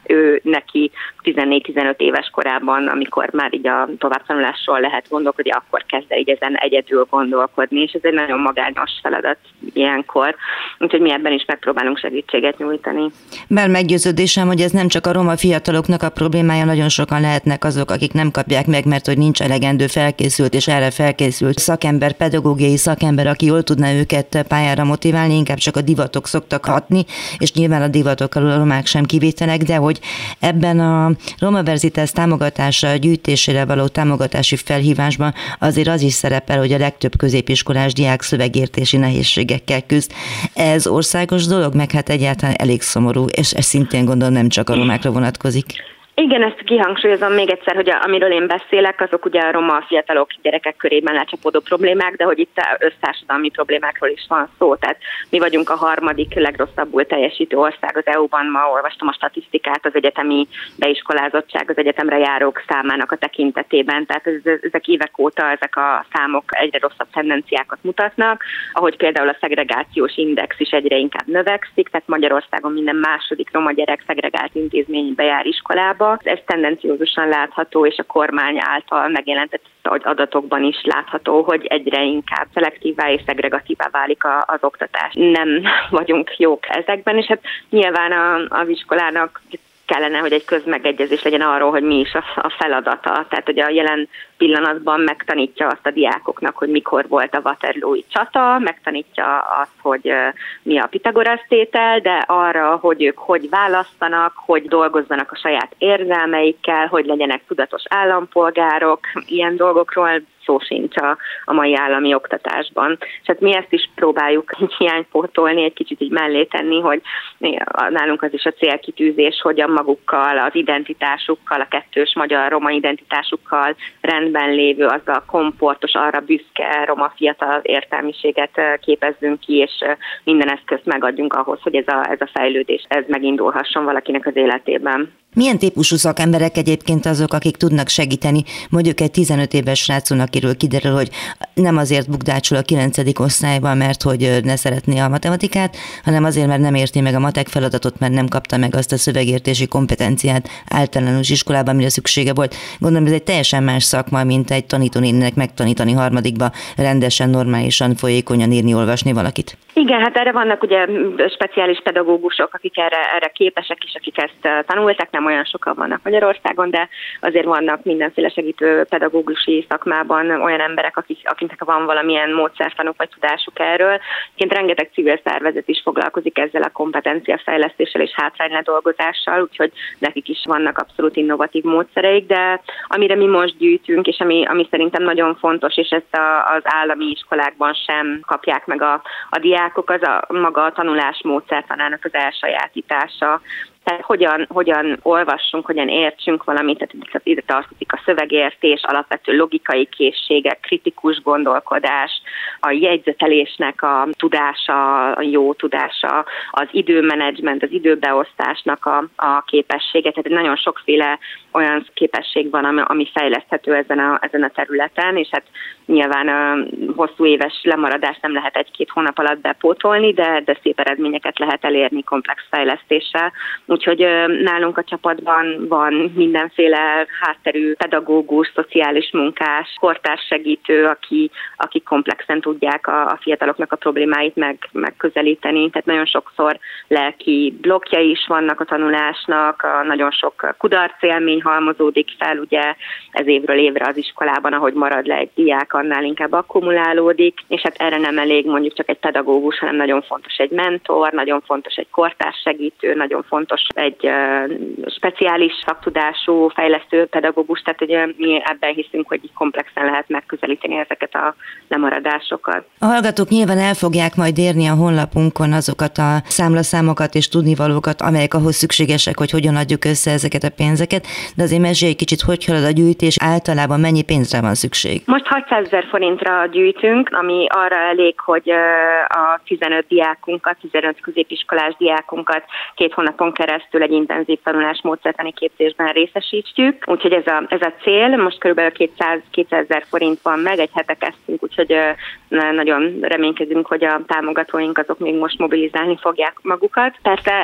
ő neki 14-15 éves korában, amikor már így a továbbtanulásról lehet gondolkodni, akkor kezd el így ezen egyedül gondolkodni, és ez egy nagyon magányos feladat ilyenkor. Úgyhogy mi ebben is megpróbálunk segítséget nyújtani. Bár meggyőződésem, hogy ez nem csak a roma fiataloknak a problémája, nagyon sokan lehetnek azok, akik nem kapják meg, mert hogy nincs elegendő felkészült és erre felkészült szakember, pedagógiai szakember, aki jól tudná őket pályára motiválni, inkább csak a divatok szoktak hatni, és nyilván a divatok alól a romák sem kivételek, de hogy ebben a Roma Verzitas támogatása gyűjtésére való támogatási felhívásban azért az is szerepel, hogy a legtöbb középiskolás diák szövegértési nehézségekkel küzd. Ez országos dolog, meg hát egyáltalán elég szomorú, és ez szintén gondolom nem csak a romákra vonatkozik. Igen, ezt kihangsúlyozom még egyszer, hogy amiről én beszélek, azok ugye a roma fiatalok, gyerekek körében lecsapódó problémák, de hogy itt össztársadalmi problémákról is van szó. Tehát mi vagyunk a 3. legrosszabbul teljesítő ország az EU-ban. Ma olvastam a statisztikát, az egyetemi beiskolázottság, az egyetemre járók számának a tekintetében. Tehát ezek évek óta ezek a számok egyre rosszabb tendenciákat mutatnak, ahogy például a szegregációs index is egyre inkább növekszik, tehát Magyarországon minden második roma gyerek szegregált intézménybe jár iskolába. Ez tendenciózusan látható, és a kormány által megjelentett adatokban is látható, hogy egyre inkább szelektívá és szegregatívá válik az oktatás. Nem vagyunk jók ezekben, és hát nyilván az iskolának kellene, hogy egy közmegegyezés legyen arról, hogy mi is a feladata. Tehát, hogy a jelen pillanatban megtanítja azt a diákoknak, hogy mikor volt a Waterloo-i csata, megtanítja azt, hogy mi a Pitagorasz tétel, de arra, hogy ők hogy választanak, hogy dolgozzanak a saját érzelmeikkel, hogy legyenek tudatos állampolgárok, ilyen dolgokról szó sincs a mai állami oktatásban. És hát mi ezt is próbáljuk hiánypótolni, egy kicsit így mellé tenni, hogy nálunk az is a célkitűzés, hogy a magukkal, az identitásukkal, a kettős magyar-roma identitásukkal rendben lévő, az a komfortos, arra büszke roma fiatal értelmiséget képezzünk ki, és minden eszközt megadjunk ahhoz, hogy ez a fejlődés ez megindulhasson valakinek az életében. Milyen típusú szakemberek egyébként azok, akik tudnak segíteni? Mondjuk egy 15 éves srácon, akiről kiderül, hogy nem azért bukdácsul a 9. osztályban, mert hogy ne szeretné a matematikát, hanem azért, mert nem érti meg a matek feladatot, mert nem kapta meg azt a szövegértési kompetenciát általános iskolában, amire szüksége volt. Gondolom, ez egy teljesen más szakma, mint egy tanítónéninek megtanítani harmadikba rendesen, normálisan, folyékonyan írni, olvasni valakit. Igen, hát erre vannak ugye speciális pedagógusok, akik erre képesek is, akik ezt tanulták, nem olyan sokan vannak Magyarországon, de azért vannak mindenféle segítő pedagógusi szakmában olyan emberek, akiknek van valamilyen módszertanuk vagy tudásuk erről. Egyébként rengeteg civil szervezet is foglalkozik ezzel a kompetenciafejlesztéssel és hátrányledolgozással, úgyhogy nekik is vannak abszolút innovatív módszereik, de amire mi most gyűjtünk, és ami szerintem nagyon fontos, és ezt az állami iskolákban sem kapják meg a diákok, az maga a tanulás módszertanának az elsajátítása. Tehát hogyan olvassunk, hogyan értsünk valamit, tehát ide tartozik a szövegértés, alapvető logikai készségek, kritikus gondolkodás, a jegyzetelésnek a tudása, a jó tudása, az időmenedzsment, az időbeosztásnak a képessége, tehát nagyon sokféle olyan képesség van, ami fejleszthető ezen a területen, és hát nyilván hosszú éves lemaradást nem lehet 1-2 hónap alatt bepótolni, de szép eredményeket lehet elérni komplex fejlesztéssel. Úgyhogy nálunk a csapatban van mindenféle hátterű pedagógus, szociális munkás, kortárs segítő, akik komplexen tudják a fiataloknak a problémáit megközelíteni. Tehát nagyon sokszor lelki blokkjai is vannak a tanulásnak, nagyon sok kudarcélmény halmozódik fel, ugye ez évről évre az iskolában, ahogy marad le egy diák, annál inkább akkumulálódik, és hát erre nem elég mondjuk csak egy pedagógus, hanem nagyon fontos egy mentor, nagyon fontos egy kortárs segítő, nagyon fontos egy speciális szaktudású fejlesztő pedagógus, tehát ugye mi ebben hiszünk, hogy így komplexen lehet megközelíteni ezeket a lemaradásokat. A hallgatók nyilván el fogják majd érni a honlapunkon azokat a számlaszámokat és tudnivalókat, amelyek ahhoz szükségesek, hogy hogyan adjuk össze ezeket a pénzeket, de azért mesélj egy kicsit, hogy halad a gyűjtés, általában mennyi pénzre van szükség? Most 600 000 forintra gyűjtünk, ami arra elég, hogy a 15 diákunkat, 15 középiskolás diákunkat 2 hónapon keresztül egy intenzív tanulásmódszertani képzésben részesítjük. Úgyhogy ez a cél. Most körülbelül 200 000 forint van meg, egy hete kezdtünk, úgyhogy nagyon reménykedünk, hogy a támogatóink azok még most mobilizálni fogják magukat. Persze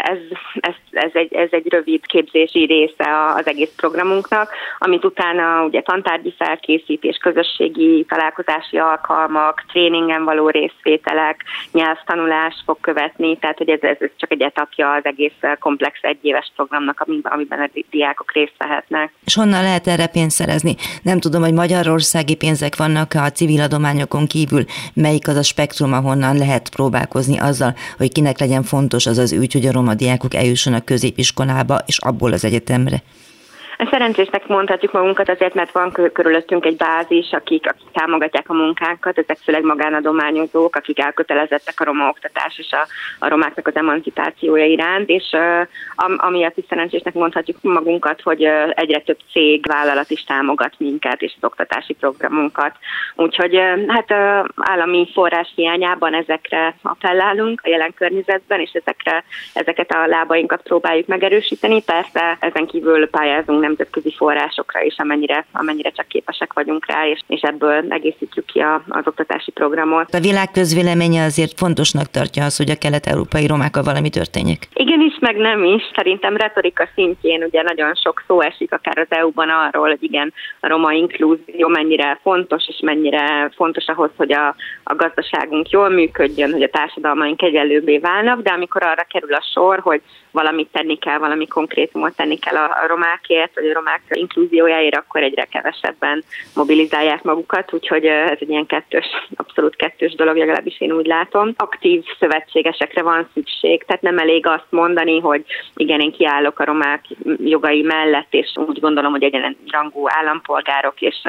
ez egy rövid képzési része az egész programunknak, amit utána ugye tantárgyi felkészítés, közösségi találkozási alkalmak, tréningen való részvételek, nyelvtanulás fog követni, tehát hogy ez csak egy etapja az egész komplex egyéves programnak, amiben a diákok részt vehetnek. És honnan lehet erre pénzt szerezni? Nem tudom, hogy magyarországi pénzek vannak a civil adományokon kívül, melyik az a spektrum, ahonnan lehet próbálkozni azzal, hogy kinek legyen fontos az az ügy, hogy a roma diákok eljussanak középiskolába, és abból az egyetemre. Szerencsésnek mondhatjuk magunkat azért, mert van körülöttünk egy bázis, akik támogatják a munkánkat, ezek főleg magánadományozók, akik elkötelezettek a roma oktatás és a romáknak az emancipációja iránt, és amiatt is szerencsésnek mondhatjuk magunkat, hogy egyre több cég, vállalat is támogat minket és az oktatási programunkat. Úgyhogy hát állami forrás hiányában ezekre appellálunk a jelen környezetben, és ezeket a lábainkat próbáljuk megerősíteni. Persze ezen kívül pályázunk nemzetközi forrásokra is, amennyire csak képesek vagyunk rá, és ebből egészítjük ki az oktatási programot. A világ közvéleménye azért fontosnak tartja az, hogy a kelet-európai romákkal valami történjék. Igenis, meg nem is. Szerintem retorika szintjén ugye nagyon sok szó esik akár az EU-ban arról, hogy igen, a roma inklúzió mennyire fontos, és mennyire fontos ahhoz, hogy a gazdaságunk jól működjön, hogy a társadalmaink egyenlőbbé válnak, de amikor arra kerül a sor, hogy valamit tenni kell, valami konkrétumot tenni kell a romákért, vagy a romák inklúziójáért, akkor egyre kevesebben mobilizálják magukat, úgyhogy ez egy ilyen abszolút kettős dolog, legalábbis én úgy látom. Aktív szövetségesekre van szükség, tehát nem elég azt mondani, hogy igen, én kiállok a romák jogai mellett, és úgy gondolom, hogy egyenrangú állampolgárok, és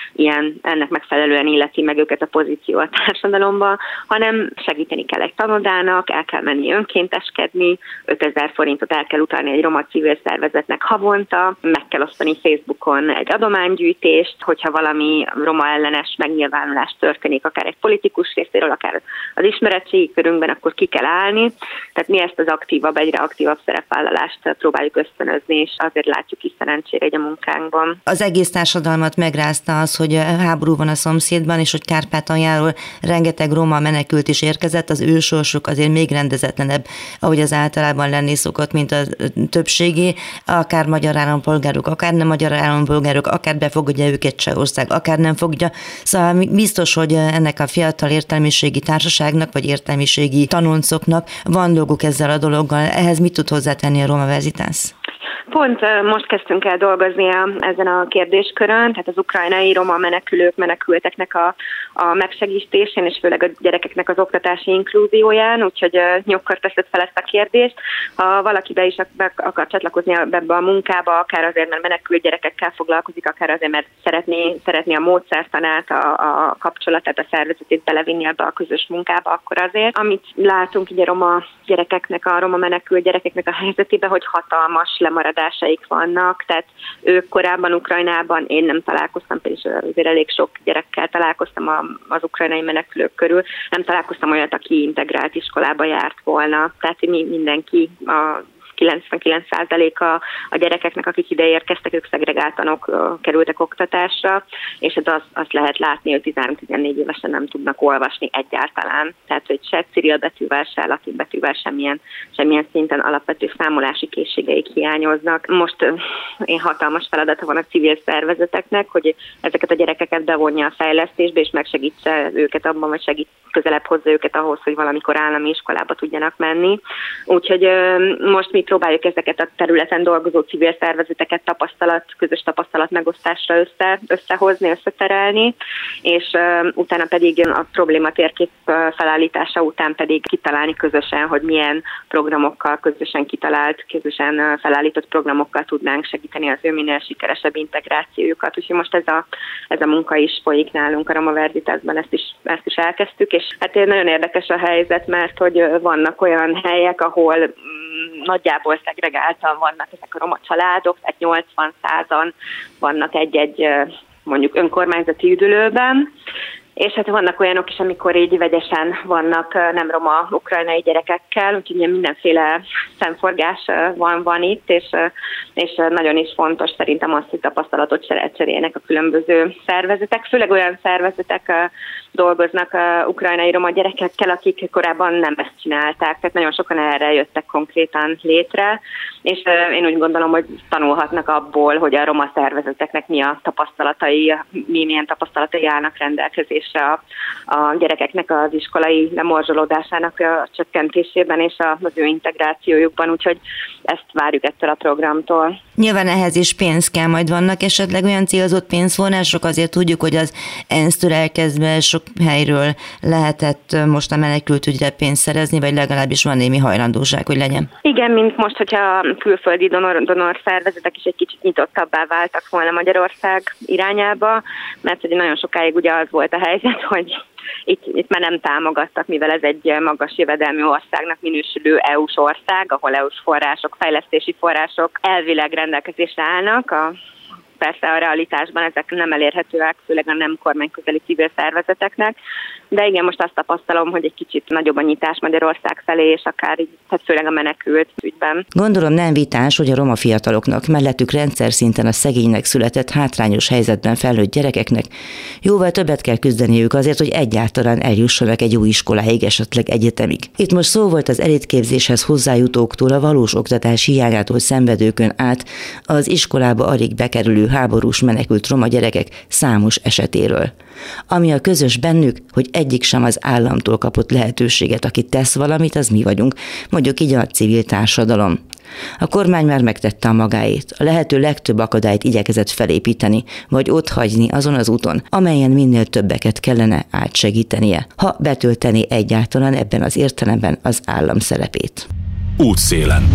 ennek megfelelően illeti meg őket a pozíció a társadalomban, hanem segíteni kell egy tanodának, el kell menni önkénteskedni, 5000 forintot el kell utalni egy roma civil szervezetnek havonta, meg kell osztani Facebookon egy adománygyűjtést, hogyha valami roma ellenes megnyilvánulás történik, akár egy politikus részéről, akár az ismeretségi körünkben, akkor ki kell állni. Tehát mi ezt az egyre aktívabb szerepvállalást próbáljuk ösztönözni, és azért látjuk is szerencsére egy a munkánkban. Az egész társadalmat megrázta az, hogy háború van a szomszédban, és hogy Kárpátaljáról rengeteg roma menekült is érkezett, az ő sorsuk azért még rendezetlenebb, ahogy az általában lenni szokott, mint a többségé, akár magyar állampolgárok, akár nem magyar állampolgárok, akár befogadja őket Csehország, akár nem fogja. Szóval biztos, hogy ennek a fiatal értelmiségi társaságnak, vagy értelmiségi tanoncoknak van dolguk ezzel a dologgal. Ehhez mit tud hozzátenni a Roma Verzitas? Pont most kezdtünk el dolgozni ezen a kérdéskörön, tehát az ukrajnai roma menekülteknek a megsegítésén, és főleg a gyerekeknek az oktatási inklúzióján, úgyhogy nyokkor teszed fel ezt a kérdést. Ha valaki be akar csatlakozni ebbe a munkába, akár azért, mert menekült gyerekekkel foglalkozik, akár azért, mert szeretné a módszertanát, a kapcsolatát, a szervezetét belevinni ebbe a közös munkába, akkor azért. Amit látunk így a roma gyerekeknek, a roma menekült gyerekeknek a helyzetében, hogy hatalmas lemaradásaik vannak, tehát ők korábban Ukrajnában, én nem találkoztam, pedig azért elég sok gyerekkel találkoztam az ukrajnai menekülők körül, nem találkoztam olyat, aki integrált iskolába járt volna, tehát mindenki, a 99% a gyerekeknek, akik ide érkeztek, ők szegregáltan kerültek oktatásra, és azt lehet látni, hogy 13-14 évesen nem tudnak olvasni egyáltalán. Tehát, hogy se Cirill betűvel, se latin betűvel semmilyen szinten alapvető számolási készségeik hiányoznak. Most hatalmas feladata van a civil szervezeteknek, hogy ezeket a gyerekeket bevonja a fejlesztésbe, és megsegítse őket abban, vagy közelebb hozza őket ahhoz, hogy valamikor állami iskolába tudjanak menni. Úgyhogy most mi próbáljuk ezeket a területen dolgozó civil szervezeteket közös tapasztalat megosztásra összehozni, összeterelni, és utána pedig a probléma térkép felállítása után pedig kitalálni közösen, hogy milyen programokkal, közösen felállított programokkal tudnánk segíteni az ő minél sikeresebb integrációjukat. Úgyhogy most ez a munka is folyik nálunk a Roma Verzitasban, ezt is elkezdtük, és hát nagyon érdekes a helyzet, mert hogy vannak olyan helyek, ahol nagyjából szegregáltan vannak ezek a roma családok, tehát 80-100-an vannak egy mondjuk önkormányzati üdülőben, és hát vannak olyanok is, amikor így vegyesen vannak nem roma ukrajnai gyerekekkel, úgyhogy mindenféle szemforgás van itt, és nagyon is fontos szerintem az, hogy tapasztalatot cseréljenek a különböző szervezetek, főleg olyan szervezetek dolgoznak ukrajnai roma gyerekekkel, akik korábban nem ezt csinálták, tehát nagyon sokan erre jöttek konkrétan létre, és én úgy gondolom, hogy tanulhatnak abból, hogy a roma szervezeteknek mi a tapasztalatai, milyen tapasztalatai állnak rendelkezésre a gyerekeknek az iskolai lemorzsolódásának a csökkentésében és az ő integrációjukban, úgyhogy ezt várjuk ettől a programtól. Nyilván ehhez is pénz kell, majd vannak esetleg olyan célzott pénzforrások, azért tudjuk, hogy az ENSZ-től elkezdve sok helyről lehetett most a menekültügyre pénzt szerezni, vagy legalábbis van némi hajlandóság, hogy legyen. Igen, mint most, hogyha külföldi donor szervezetek is egy kicsit nyitottabbá váltak volna Magyarország irányába, mert hogy nagyon sokáig ugye az volt a helyzet, hogy itt már nem támogattak, mivel ez egy magas jövedelmű országnak minősülő EU-s ország, ahol EU-s források, fejlesztési források elvileg rendelkezésre állnak a persze a realitásban ezek nem elérhetőek, főleg a nem kormányközeli civil szervezeteknek, de igen, most azt tapasztalom, hogy egy kicsit nagyobb a nyitás Magyarország felé, és akár így, tehát főleg a menekült ügyben. Gondolom nem vitás, hogy a roma fiataloknak, mellettük rendszer szinten a szegénynek született hátrányos helyzetben felnőtt gyerekeknek jóval többet kell küzdeniük azért, hogy egyáltalán eljussanak egy jó iskoláig, esetleg egyetemig. Itt most szó volt az elitképzéshez hozzájutóktól, a valós oktatás hiányától szenvedőkön át az iskolába alig bekerülő háborús menekült roma gyerekek számos esetéről. Ami a közös bennük, hogy egyik sem az államtól kapott lehetőséget, aki tesz valamit, az mi vagyunk, mondjuk így a civil társadalom. A kormány már megtette a magáét, a lehető legtöbb akadályt igyekezett felépíteni, vagy otthagyni azon az úton, amelyen minél többeket kellene átsegítenie, ha betölteni egyáltalán ebben az értelemben az állam szerepét. Útszélen.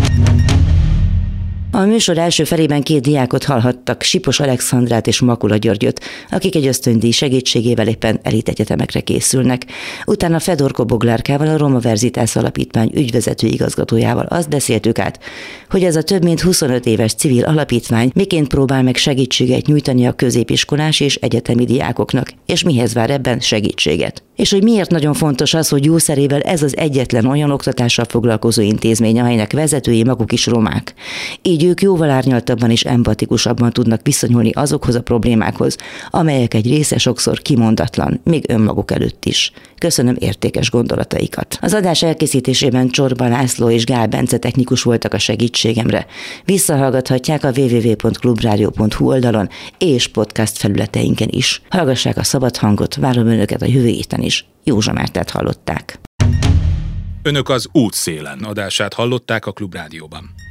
A műsor első felében 2 diákot hallhattak, Sipos Alexandrát és Makula Györgyöt, akik egy ösztöndíj segítségével éppen elitegyetemekre készülnek. Utána Fedorko Boglárkával, a Roma Verzitas Alapítvány ügyvezető igazgatójával azt beszéltük át, hogy ez a több mint 25 éves civil alapítvány miként próbál meg segítséget nyújtani a középiskolás és egyetemi diákoknak, és mihez vár ebben segítséget. És hogy miért nagyon fontos az, hogy jószerével ez az egyetlen olyan oktatással foglalkozó intézmény, amelynek vezetői maguk is romák. Így ők jóval árnyaltabban és empatikusabban tudnak viszonyulni azokhoz a problémákhoz, amelyek egy része sokszor kimondatlan, még önmaguk előtt is. Köszönöm értékes gondolataikat. Az adás elkészítésében Csorba László és Gál Bence technikus voltak a segítségemre. Visszahallgathatják a www.clubradio.hu oldalon és podcast felületeinken is. Hallgassák a Szabad Hangot, várom önöket a jövő héten is. Józsa Mártát hallották. Önök az Útszélen adását hallották a Klubrádióban.